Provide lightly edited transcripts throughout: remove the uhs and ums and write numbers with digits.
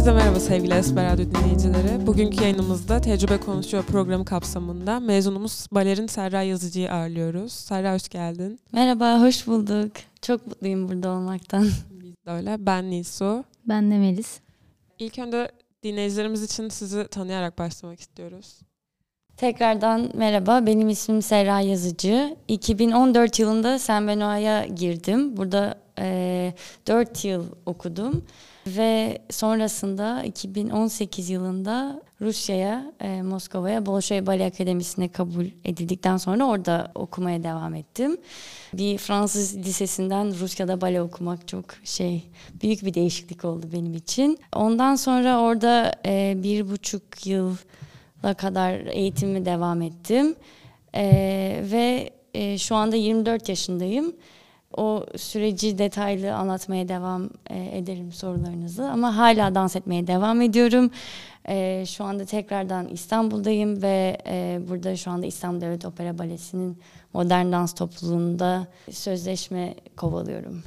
Herkese merhaba sevgili Esmer Radyo dinleyicileri. Bugünkü yayınımızda Tecrübe Konuşuyor programı kapsamında mezunumuz balerin Serra Yazıcı'yı ağırlıyoruz. Serra hoş geldin. Merhaba, hoş bulduk. Çok mutluyum burada olmaktan. Biz de öyle. Ben Nisu. Ben de Melis. İlk önce dinleyicilerimiz için sizi tanıyarak başlamak istiyoruz. Tekrardan merhaba, benim ismim Serra Yazıcı. 2014 yılında Saint Benoît'a girdim. Burada 4 yıl okudum. Ve sonrasında 2018 yılında Rusya'ya, Moskova'ya Bolşoy Bale Akademisi'ne kabul edildikten sonra orada okumaya devam ettim. Bir Fransız lisesinden Rusya'da bale okumak çok büyük bir değişiklik oldu benim için. Ondan sonra orada 1,5 yıla kadar eğitimime devam ettim. Ve şu anda 24 yaşındayım. O süreci detaylı anlatmaya devam ederim sorularınızı. Ama hala dans etmeye devam ediyorum. Şu anda tekrardan İstanbul'dayım ve burada şu anda İstanbul Devlet Opera Balesi'nin modern dans topluluğunda sözleşme kovalıyorum.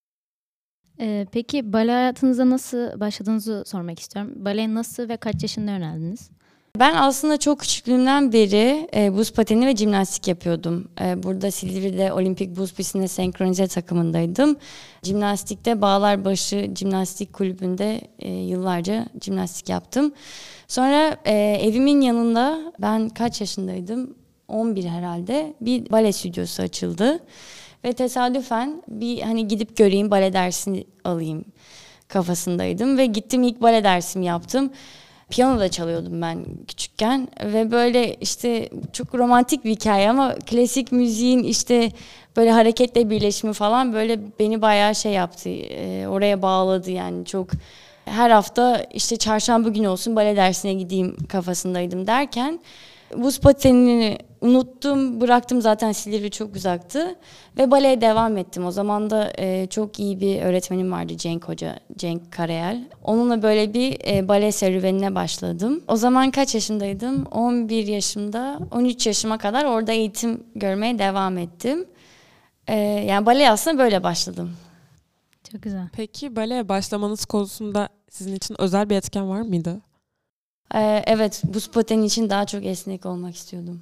Peki bale hayatınıza nasıl başladığınızı sormak istiyorum. Baleye nasıl ve kaç yaşında yöneldiniz? Ben aslında çok küçüklüğümden beri buz pateni ve jimnastik yapıyordum. Burada Silivri'de Olimpik Buz Pistinde senkronize takımındaydım. Jimnastikte Bağlarbaşı Jimnastik Kulübü'nde yıllarca jimnastik yaptım. Sonra evimin yanında ben kaç yaşındaydım? 11 herhalde bir bale stüdyosu açıldı. Ve tesadüfen gidip göreyim, bale dersini alayım kafasındaydım. Ve gittim, ilk bale dersimi yaptım. Piyano da çalıyordum ben küçükken ve böyle çok romantik bir hikaye ama klasik müziğin böyle hareketle birleşimi falan böyle beni bayağı yaptı, oraya bağladı yani. Çok her hafta çarşamba günü olsun bale dersine gideyim kafasındaydım derken buz patenini unuttum, bıraktım, zaten Silivri çok uzaktı ve baleye devam ettim. O zaman da çok iyi bir öğretmenim vardı, Cenk Hoca, Cenk Karayel. Onunla böyle bir bale serüvenine başladım. O zaman kaç yaşındaydım? 11 yaşımda, 13 yaşıma kadar orada eğitim görmeye devam ettim. Yani baleye aslında böyle başladım. Çok güzel. Peki baleye başlamanız konusunda sizin için özel bir etken var mıydı? Evet, buz pateni için daha çok esnek olmak istiyordum.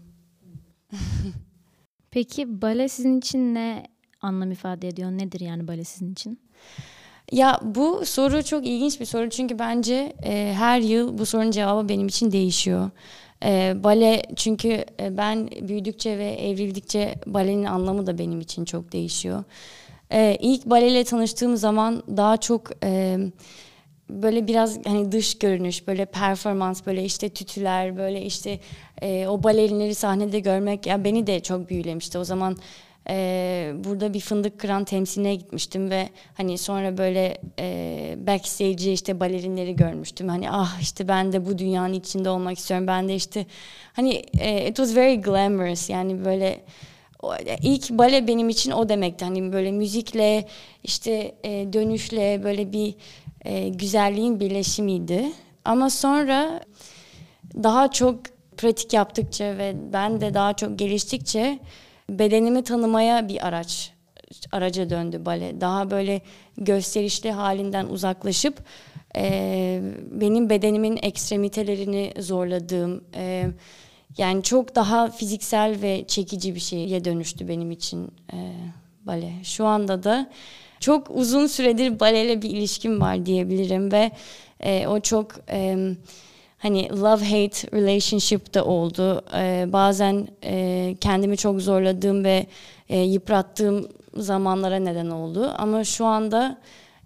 Peki bale sizin için ne anlam ifade ediyor? Nedir yani bale sizin için? Ya bu soru çok ilginç bir soru çünkü bence her yıl bu sorunun cevabı benim için değişiyor. Bale çünkü ben büyüdükçe ve evrildikçe balenin anlamı da benim için çok değişiyor. İlk baleyle tanıştığım zaman daha çok böyle biraz dış görünüş, böyle performans, böyle tütüler, böyle o balerinleri sahnede görmek ya beni de çok büyülemişti. O zaman burada bir fındık kıran temsiline gitmiştim ve sonra böyle backstage'i balerinleri görmüştüm. Ben de bu dünyanın içinde olmak istiyorum. Ben de it was very glamorous, yani böyle ilk bale benim için o demekti. Böyle müzikle dönüşle böyle bir güzelliğin birleşimiydi. Ama sonra daha çok pratik yaptıkça ve ben de daha çok geliştikçe bedenimi tanımaya bir araca döndü bale. Daha böyle gösterişli halinden uzaklaşıp benim bedenimin ekstremitelerini zorladığım, yani çok daha fiziksel ve çekici bir şeye dönüştü benim için bale. Şu anda da çok uzun süredir baleyle bir ilişkim var diyebilirim ve o çok love-hate relationship de oldu. Bazen kendimi çok zorladığım ve yıprattığım zamanlara neden oldu. Ama şu anda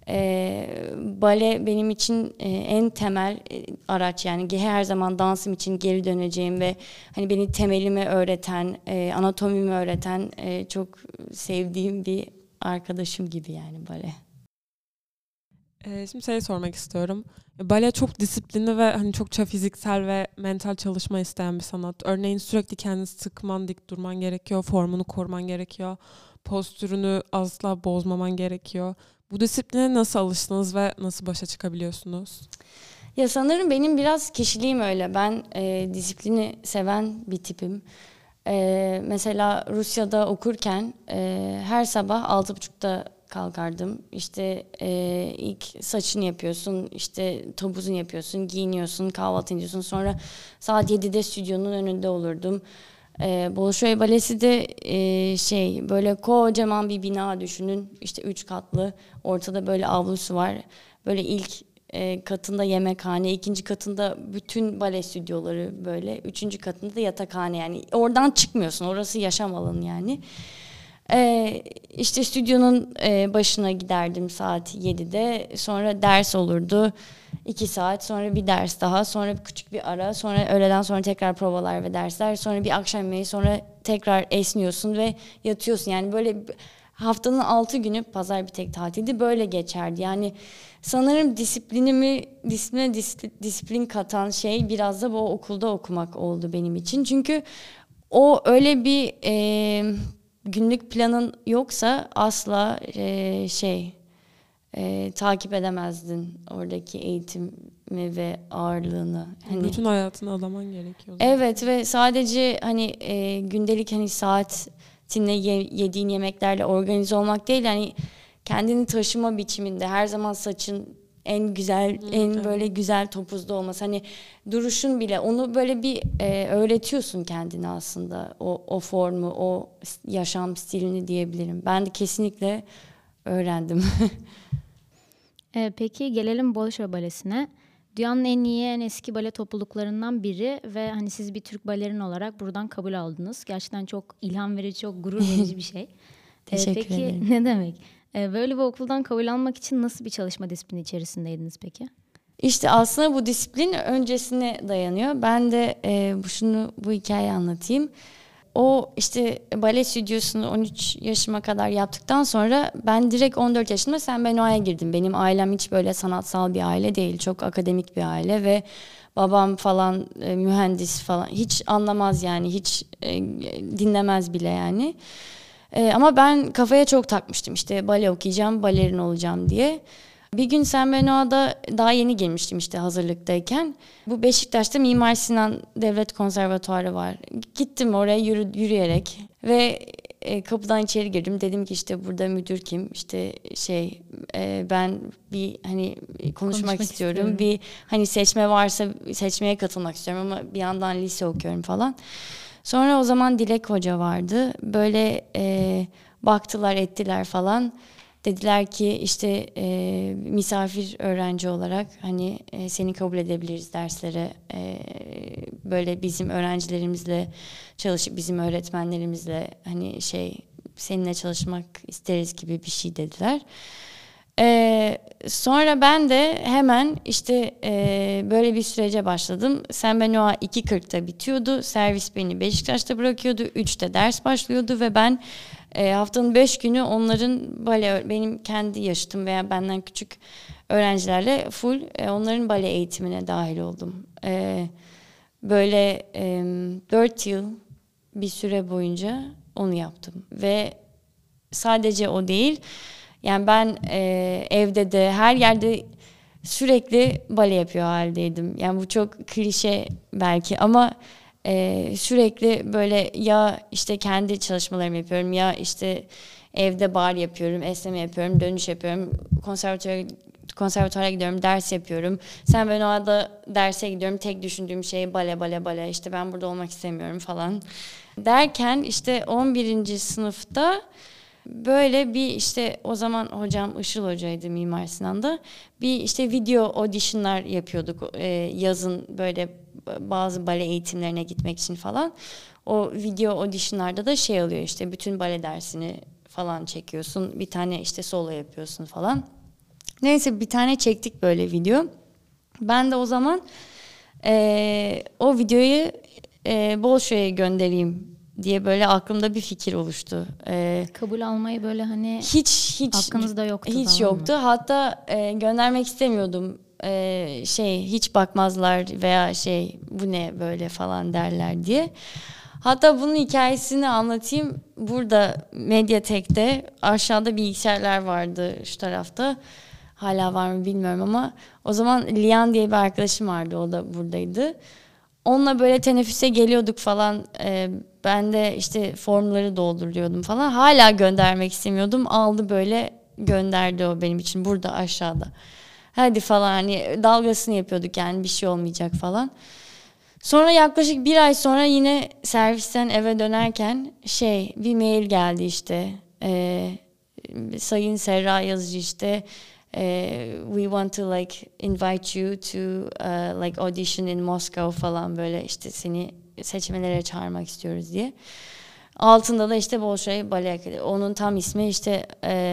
bale benim için en temel araç, yani her zaman dansım için geri döneceğim ve beni temelimi öğreten, anatomimi öğreten çok sevdiğim bir arkadaşım gibi yani bale. Şimdi sormak istiyorum. Bale çok disiplinli ve çokça fiziksel ve mental çalışma isteyen bir sanat. Örneğin sürekli kendini sıkman, dik durman gerekiyor, formunu koruman gerekiyor, postürünü asla bozmaman gerekiyor. Bu disipline nasıl alıştınız ve nasıl başa çıkabiliyorsunuz? Ya sanırım benim biraz kişiliğim öyle. Ben disiplini seven bir tipim. Mesela Rusya'da okurken her sabah 6.30'da kalkardım. İşte ilk saçını yapıyorsun, işte topuzunu yapıyorsun, giyiniyorsun, kahvaltı ediyorsun. Sonra saat 7'de stüdyonun önünde olurdum. Bolşoi Balesi de böyle kocaman bir bina düşünün. İşte 3 katlı, ortada böyle avlusu var. Böyle ilk katında yemekhane, ikinci katında bütün bale stüdyoları böyle, üçüncü katında da yatakhane, yani oradan çıkmıyorsun, orası yaşam alanı yani. İşte stüdyonun başına giderdim saat 7'de, sonra ders olurdu 2 saat, sonra bir ders daha, sonra küçük bir ara, sonra öğleden sonra tekrar provalar ve dersler, sonra bir akşam yemeği, sonra tekrar esniyorsun ve yatıyorsun. Yani böyle haftanın 6 günü, pazar bir tek tatildi, böyle geçerdi. Yani sanırım disiplin katan şey biraz da bu okulda okumak oldu benim için. Çünkü o öyle bir günlük planın yoksa asla takip edemezdin oradaki eğitimi ve ağırlığını. Hani, bütün hayatını adaman gerekiyor. Evet, ve sadece hani gündelik hani saatinde yediğin yemeklerle organize olmak değil, hani kendini taşıma biçiminde her zaman saçın en güzel, en böyle güzel topuzda olması, hani duruşun bile, onu böyle bir öğretiyorsun kendine aslında, o formu, o yaşam stilini diyebilirim. Ben de kesinlikle öğrendim. Peki gelelim Bolşoi Balesi'ne. Dünyanın en iyi, en eski bale topluluklarından biri ve hani siz bir Türk balerin olarak buradan kabul aldınız. Gerçekten çok ilham verici, çok gurur verici bir şey. Teşekkür peki, ederim. Ne demek? Böyle bir okuldan kabul almak için nasıl bir çalışma disiplini içerisindeydiniz peki? İşte aslında bu disiplin öncesine dayanıyor. Ben de bu hikayeyi anlatayım. O işte bale stüdyosunu 13 yaşıma kadar yaptıktan sonra ben direkt 14 yaşında Saint Benoît'a girdim. Benim ailem hiç böyle sanatsal bir aile değil. Çok akademik bir aile ve babam falan mühendis falan, hiç anlamaz yani, hiç dinlemez bile yani. Ama ben kafaya çok takmıştım, işte bale okuyacağım, balerin olacağım diye. Bir gün Saint Benoît'da daha yeni girmiştim işte hazırlıktayken. Bu Beşiktaş'ta Mimar Sinan Devlet Konservatuarı var. Gittim oraya yürüyerek ve kapıdan içeri girdim. Dedim ki işte burada müdür kim? İşte ben bir hani konuşmak istiyorum. Bir hani seçme varsa seçmeye katılmak istiyorum ama bir yandan lise okuyorum falan. Sonra o zaman Dilek Hoca vardı. Böyle baktılar ettiler falan. Dediler ki işte misafir öğrenci olarak hani seni kabul edebiliriz derslere. Böyle bizim öğrencilerimizle çalışıp bizim öğretmenlerimizle hani seninle çalışmak isteriz gibi bir şey dediler. Sonra ben de hemen işte böyle bir sürece başladım. Saint Benoît 2.40'da bitiyordu. Servis beni Beşiktaş'ta bırakıyordu. 3'te ders başlıyordu ve ben haftanın 5 günü onların bale, benim kendi yaşıtım veya benden küçük öğrencilerle full onların bale eğitimine dahil oldum. Böyle 4 yıl bir süre boyunca onu yaptım ve sadece o değil. Yani ben evde de her yerde sürekli bale yapıyor haldeydim. Yani bu çok klişe belki ama sürekli böyle ya işte kendi çalışmalarımı yapıyorum ya işte evde bar yapıyorum, esneme yapıyorum, dönüş yapıyorum, konservatuara gidiyorum, ders yapıyorum. Saint Benoît'da derse gidiyorum. Tek düşündüğüm şey bale. İşte ben burada olmak istemiyorum falan. Derken işte 11. sınıfta böyle bir işte o zaman hocam Işıl Hoca'ydı Mimar Sinan'da. Bir işte video auditionlar yapıyorduk yazın böyle bazı bale eğitimlerine gitmek için falan. O video auditionlarda da oluyor işte bütün bale dersini falan çekiyorsun. Bir tane işte solo yapıyorsun falan. Neyse bir tane çektik böyle video. Ben de o zaman o videoyu Bolşoi'ye göndereyim diye böyle aklımda bir fikir oluştu. Kabul almayı böyle hani hiç hakkınızda yoktu. Hiç yoktu. Hatta göndermek istemiyordum. Hiç bakmazlar veya bu ne böyle falan derler diye. Hatta bunun hikayesini anlatayım. Burada Mediatek'te aşağıda bilgisayarlar vardı şu tarafta. Hala var mı bilmiyorum ama o zaman Lian diye bir arkadaşım vardı, o da buradaydı. Onunla böyle teneffüse geliyorduk falan. Ben de işte formları dolduruyordum falan. Hala göndermek istemiyordum. Aldı böyle gönderdi o benim için burada aşağıda. Hadi falan hani dalgasını yapıyorduk yani bir şey olmayacak falan. Sonra yaklaşık 1 ay sonra yine servisten eve dönerken bir mail geldi işte. Sayın Serra Yazıcı işte we want to like invite you to like audition in Moscow falan böyle işte seni seçmelere çağırmak istiyoruz diye. Altında da işte Bolshoi Ballet Akademi. Onun tam ismi işte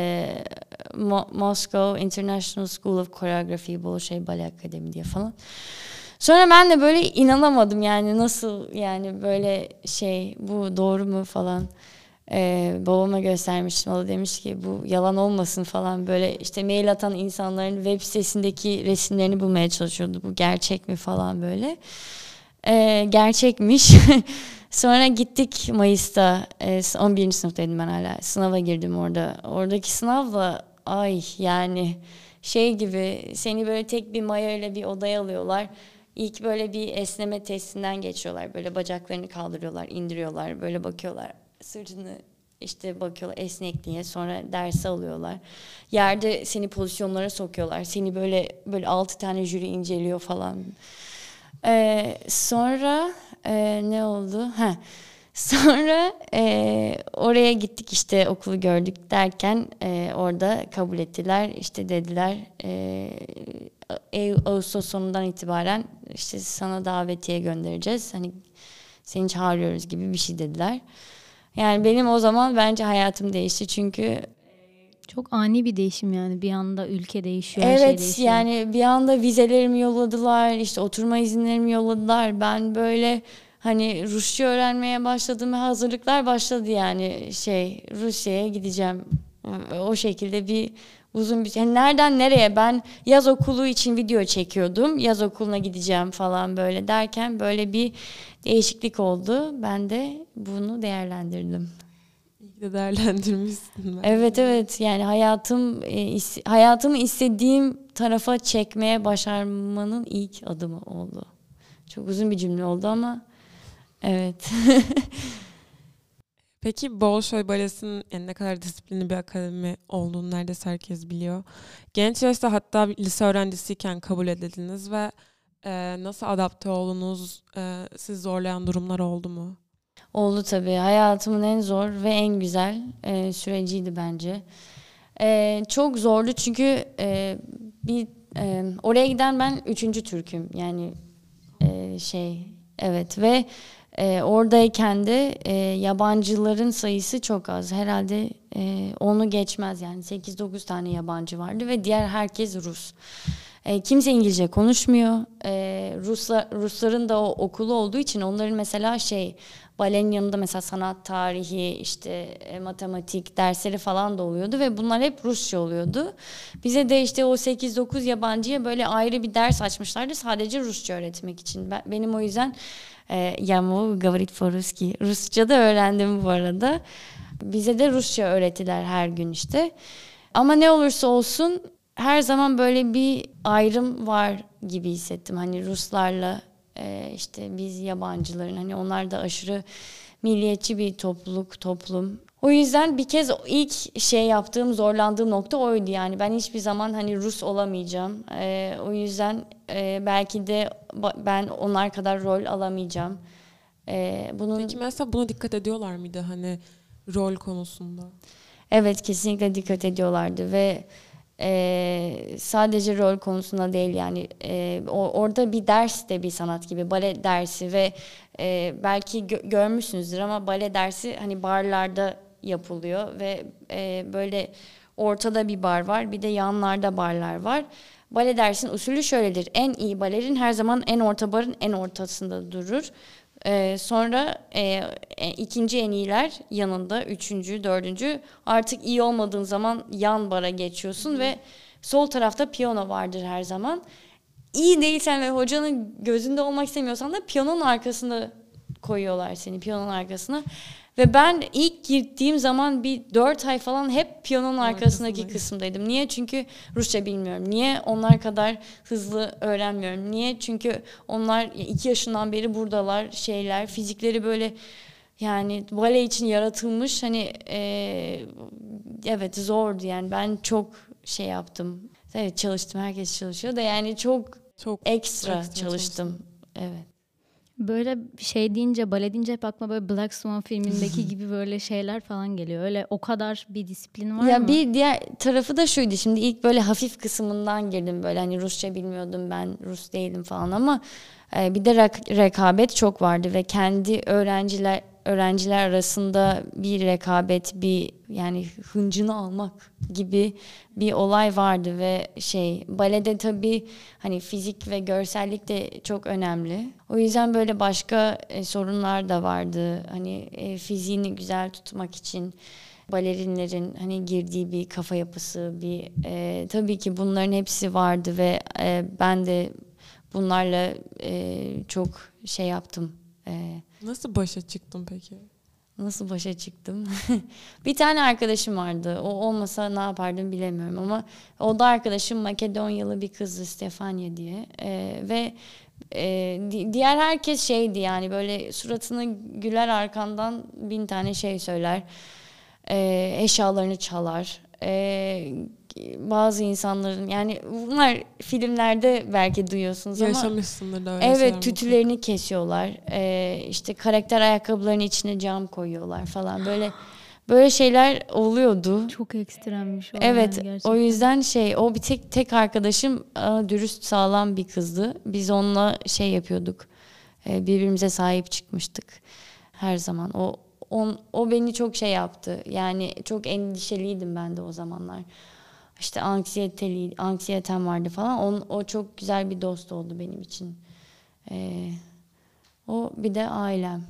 Moscow International School of Choreography Bolshoi Ballet Akademi diye falan. Sonra ben de böyle inanamadım yani nasıl yani böyle bu doğru mu falan. Babama göstermiştim. O da demiş ki bu yalan olmasın falan böyle işte mail atan insanların web sitesindeki resimlerini bulmaya çalışıyordu. Bu gerçek mi falan böyle. Gerçekmiş. Sonra gittik Mayıs'ta 11. sınıftaydım ben hala. Sınava girdim orada. Oradaki sınavla yani gibi seni böyle tek bir maya ile bir odaya alıyorlar. İlk böyle bir esneme testinden geçiyorlar. Böyle bacaklarını kaldırıyorlar, indiriyorlar. Böyle bakıyorlar. Sırtını işte bakıyorlar esnekliğe. Sonra dersi alıyorlar. Yerde seni pozisyonlara sokuyorlar. Seni böyle 6 tane jüri inceliyor falan. Sonra ne oldu? Sonra oraya gittik işte okulu gördük derken orada kabul ettiler. İşte dediler Ağustos sonundan itibaren işte sana davetiye göndereceğiz. Hani seni çağırıyoruz gibi bir şey dediler. Yani benim o zaman bence hayatım değişti çünkü çok ani bir değişim yani bir anda ülke değişiyor, her evet, şey değişiyor. Yani bir anda vizelerimi yolladılar, işte oturma izinlerimi yolladılar. Ben böyle hani Rusça öğrenmeye başladım ve hazırlıklar başladı yani Rusya'ya gideceğim. O şekilde bir uzun bir yani nereden nereye ben yaz okulu için video çekiyordum. Yaz okuluna gideceğim falan böyle derken böyle bir değişiklik oldu. Ben de bunu değerlendirdim. İyi de değerlendirmişsin. Evet yani hayatımı istediğim tarafa çekmeye başarmanın ilk adımı oldu. Çok uzun bir cümle oldu ama evet. Peki Bolshoi Balesi'nin yani ne kadar disiplinli bir akademi olduğunu neredeyse herkes biliyor. Genç yaşta hatta lise öğrencisiyken kabul edildiniz ve nasıl adapte oldunuz? Sizi zorlayan durumlar oldu mu? Oldu tabii. Hayatımın en zor ve en güzel süreciydi bence. Çok zordu çünkü oraya giden ben 3. Türk'üm. Yani evet ve oradayken de yabancıların sayısı çok az. Herhalde onu geçmez yani 8-9 tane yabancı vardı ve diğer herkes Rus. Kimse İngilizce konuşmuyor. Rusların da o okulu olduğu için onların mesela balenin yanında mesela sanat tarihi, işte matematik dersleri falan da oluyordu ve bunlar hep Rusça oluyordu. Bize de işte o 8-9 yabancıya böyle ayrı bir ders açmışlardı sadece Rusça öğretmek için. Benim o yüzden я могу говорить по-русски. Rusça da öğrendim bu arada. Bize de Rusça öğrettiler her gün işte. Ama ne olursa olsun her zaman böyle bir ayrım var gibi hissettim. Hani Ruslarla işte biz yabancıların hani onlar da aşırı milliyetçi bir toplum. O yüzden bir kez ilk yaptığım zorlandığım nokta oydu yani ben hiçbir zaman hani Rus olamayacağım. O yüzden belki de ben onlar kadar rol alamayacağım. Peki mesela buna dikkat ediyorlar mıydı hani rol konusunda? Evet kesinlikle dikkat ediyorlardı ve sadece rol konusunda değil yani orada bir ders de bir sanat gibi bale dersi ve belki görmüşsünüzdür ama bale dersi hani barlarda yapılıyor ve böyle ortada bir bar var bir de yanlarda barlar var. Bale dersinin usulü şöyledir. En iyi balerin her zaman en orta barın en ortasında durur. Sonra ikinci en iyiler yanında, 3. 4. Artık iyi olmadığın zaman yan bara geçiyorsun ve sol tarafta piyano vardır her zaman. İyi değilsen ve hocanın gözünde olmak istemiyorsan da piyanonun arkasında koyuyorlar seni, piyanonun arkasına. Ve ben ilk gittiğim zaman bir 4 ay falan hep piyanonun arkasındaki kısımdaydım. Niye? Çünkü Rusça bilmiyorum. Niye? Onlar kadar hızlı öğrenmiyorum. Niye? Çünkü onlar 2 yaşından beri buradalar, fizikleri böyle Yani bale için yaratılmış hani evet zordu yani ben çok şey yaptım. Evet çalıştım, herkes çalışıyor da yani çok ekstra çalıştım. Evet. Böyle şey deyince, bale deyince hep aklıma böyle Black Swan filmindeki gibi böyle şeyler falan geliyor. Öyle o kadar bir disiplin var mı? Ya bir diğer tarafı da şuydu. Şimdi ilk böyle hafif kısmından girdim böyle hani Rusça bilmiyordum, ben Rus değilim falan ama bir de rekabet çok vardı ve kendi öğrenciler arasında bir rekabet, bir yani hıncını almak gibi bir olay vardı ve balede tabii hani fizik ve görsellik de çok önemli. O yüzden böyle başka sorunlar da vardı. Hani fiziğini güzel tutmak için balerinlerin hani girdiği bir kafa yapısı, bir tabii ki bunların hepsi vardı ve ben de bunlarla çok şey yaptım. Nasıl başa çıktın peki? Nasıl başa çıktım? Bir tane arkadaşım vardı. O olmasa ne yapardım bilemiyorum ama o da arkadaşım Makedonyalı bir kızdı, Stefania diye. Ve diğer herkes şeydi yani böyle suratını güler, arkandan 1000 tane şey söyler. Eşyalarını çalar. Bazı insanların yani bunlar filmlerde belki duyuyorsunuz ama yaşamışsındır da öyle evet tütülerini kesiyorlar. İşte karakter ayakkabılarının içine cam koyuyorlar falan böyle şeyler oluyordu. Çok ekstremmiş o Evet yani gerçekten. o yüzden o bir tek arkadaşım dürüst, sağlam bir kızdı. Biz onunla yapıyorduk. Birbirimize sahip çıkmıştık her zaman. O beni çok yaptı. Yani çok endişeliydim ben de o zamanlar. İşte anksiyetem vardı falan. O çok güzel bir dost oldu benim için. O bir de ailem.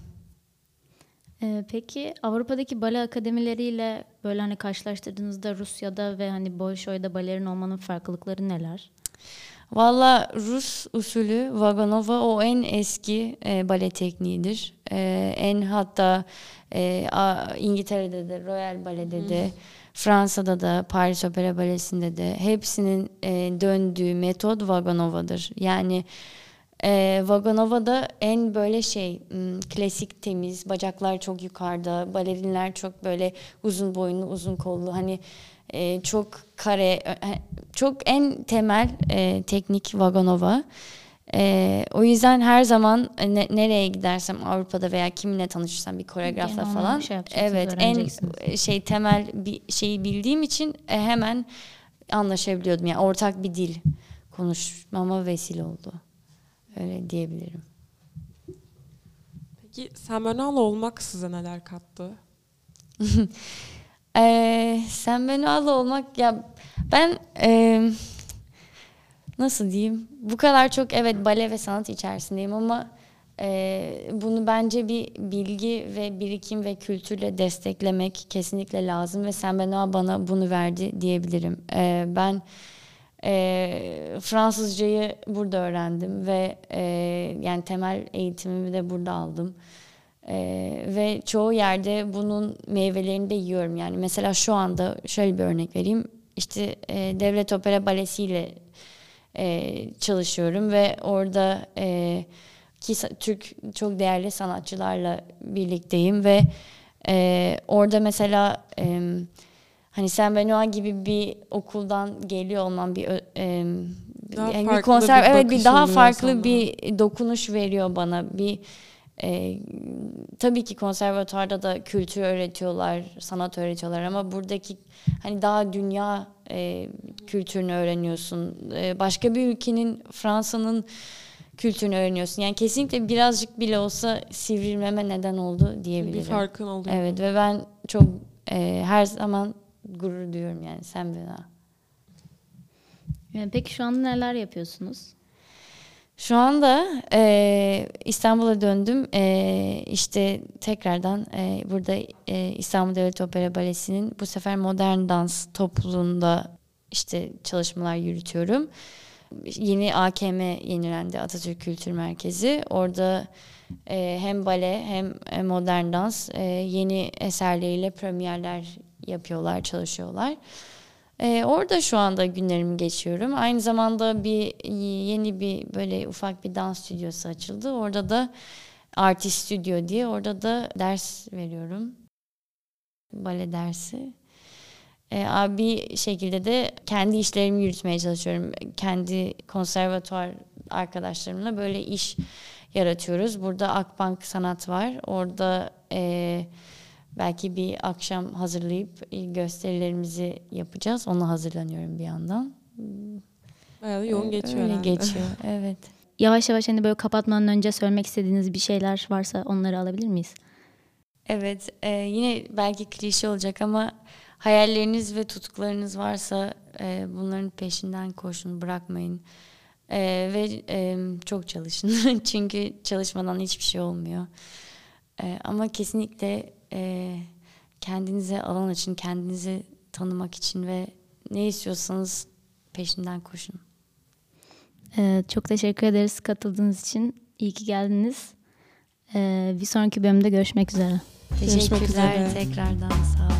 Peki Avrupa'daki bale akademileriyle böyle hani karşılaştırdığınızda Rusya'da ve hani Bolşoy'da balerin olmanın farklılıkları neler? Valla Rus usulü Vaganova o en eski bale tekniğidir. Hatta İngiltere'de de, Royal Ballet'de de, Fransa'da da, Paris Opera Balesi'nde de hepsinin döndüğü metot Vaganova'dır. Yani Vaganova'da en böyle klasik, temiz, bacaklar çok yukarıda, balerinler çok böyle uzun boyunlu, uzun kollu, hani çok kare, çok en temel teknik Vaganova. O yüzden her zaman nereye gidersem Avrupa'da veya kiminle tanışırsam bir koreografla falan evet en temel bir şeyi bildiğim için hemen anlaşabiliyordum. Yani ortak bir dil konuşmama vesile oldu. Öyle diyebilirim. Peki Semenoğlu olmak size neler kattı? Semenoğlu olmak ya ben nasıl diyeyim? Bu kadar çok evet bale ve sanat içerisindeyim ama bunu bence bir bilgi ve birikim ve kültürle desteklemek kesinlikle lazım ve Semenoğlu bana bunu verdi diyebilirim. Ben Fransızcayı burada öğrendim ve yani temel eğitimimi de burada aldım. Ve çoğu yerde bunun meyvelerini de yiyorum. Yani mesela şu anda şöyle bir örnek vereyim. İşte Devlet Opera Balesi ile çalışıyorum ve orada ki Türk çok değerli sanatçılarla birlikteyim ve orada mesela hani Semenoğlu gibi bir okuldan geliyor olmam yani bir konser bir daha farklı sana. Bir dokunuş veriyor bana. Tabii ki konservatuvarda da kültür öğretiyorlar, sanat öğretiyorlar ama buradaki hani daha dünya kültürünü öğreniyorsun. Başka bir ülkenin, Fransa'nın kültürünü öğreniyorsun. Yani kesinlikle birazcık bile olsa sivrilmeme neden oldu diyebilirim. Bir farkın oluyor. Evet ve ben çok her zaman gurur duyuyorum yani Semenoğlu. Peki şu anda neler yapıyorsunuz? Şu anda İstanbul'a döndüm. İşte tekrardan burada İstanbul Devlet Opera Balesi'nin bu sefer modern dans topluluğunda işte çalışmalar yürütüyorum. Yeni AKM yenilendi, Atatürk Kültür Merkezi. Orada hem bale hem modern dans yeni eserleriyle premierler yapıyorlar, çalışıyorlar. Orada şu anda günlerimi geçiyorum. Aynı zamanda yeni bir böyle ufak bir dans stüdyosu açıldı. Orada da Artist Studio diye. Orada da ders veriyorum. Bale dersi. Bir şekilde de kendi işlerimi yürütmeye çalışıyorum. Kendi konservatuvar arkadaşlarımla böyle iş yaratıyoruz. Burada Akbank Sanat var. Orada belki bir akşam hazırlayıp gösterilerimizi yapacağız. Ona hazırlanıyorum bir yandan. Bayağı yoğun geçiyor Öyle herhalde. geçiyor, evet. Yavaş yavaş hani böyle kapatmadan önce söylemek istediğiniz bir şeyler varsa onları alabilir miyiz? Evet, yine belki klişe olacak ama hayalleriniz ve tutkularınız varsa bunların peşinden koşun, bırakmayın. Ve çok çalışın. Çünkü çalışmadan hiçbir şey olmuyor. Ama kesinlikle kendinize alan açın, kendinizi tanımak için ve ne istiyorsanız peşinden koşun. Çok teşekkür ederiz katıldığınız için. İyi ki geldiniz. Bir sonraki bölümde görüşmek üzere. Teşekkürler tekrardan, sağ olun.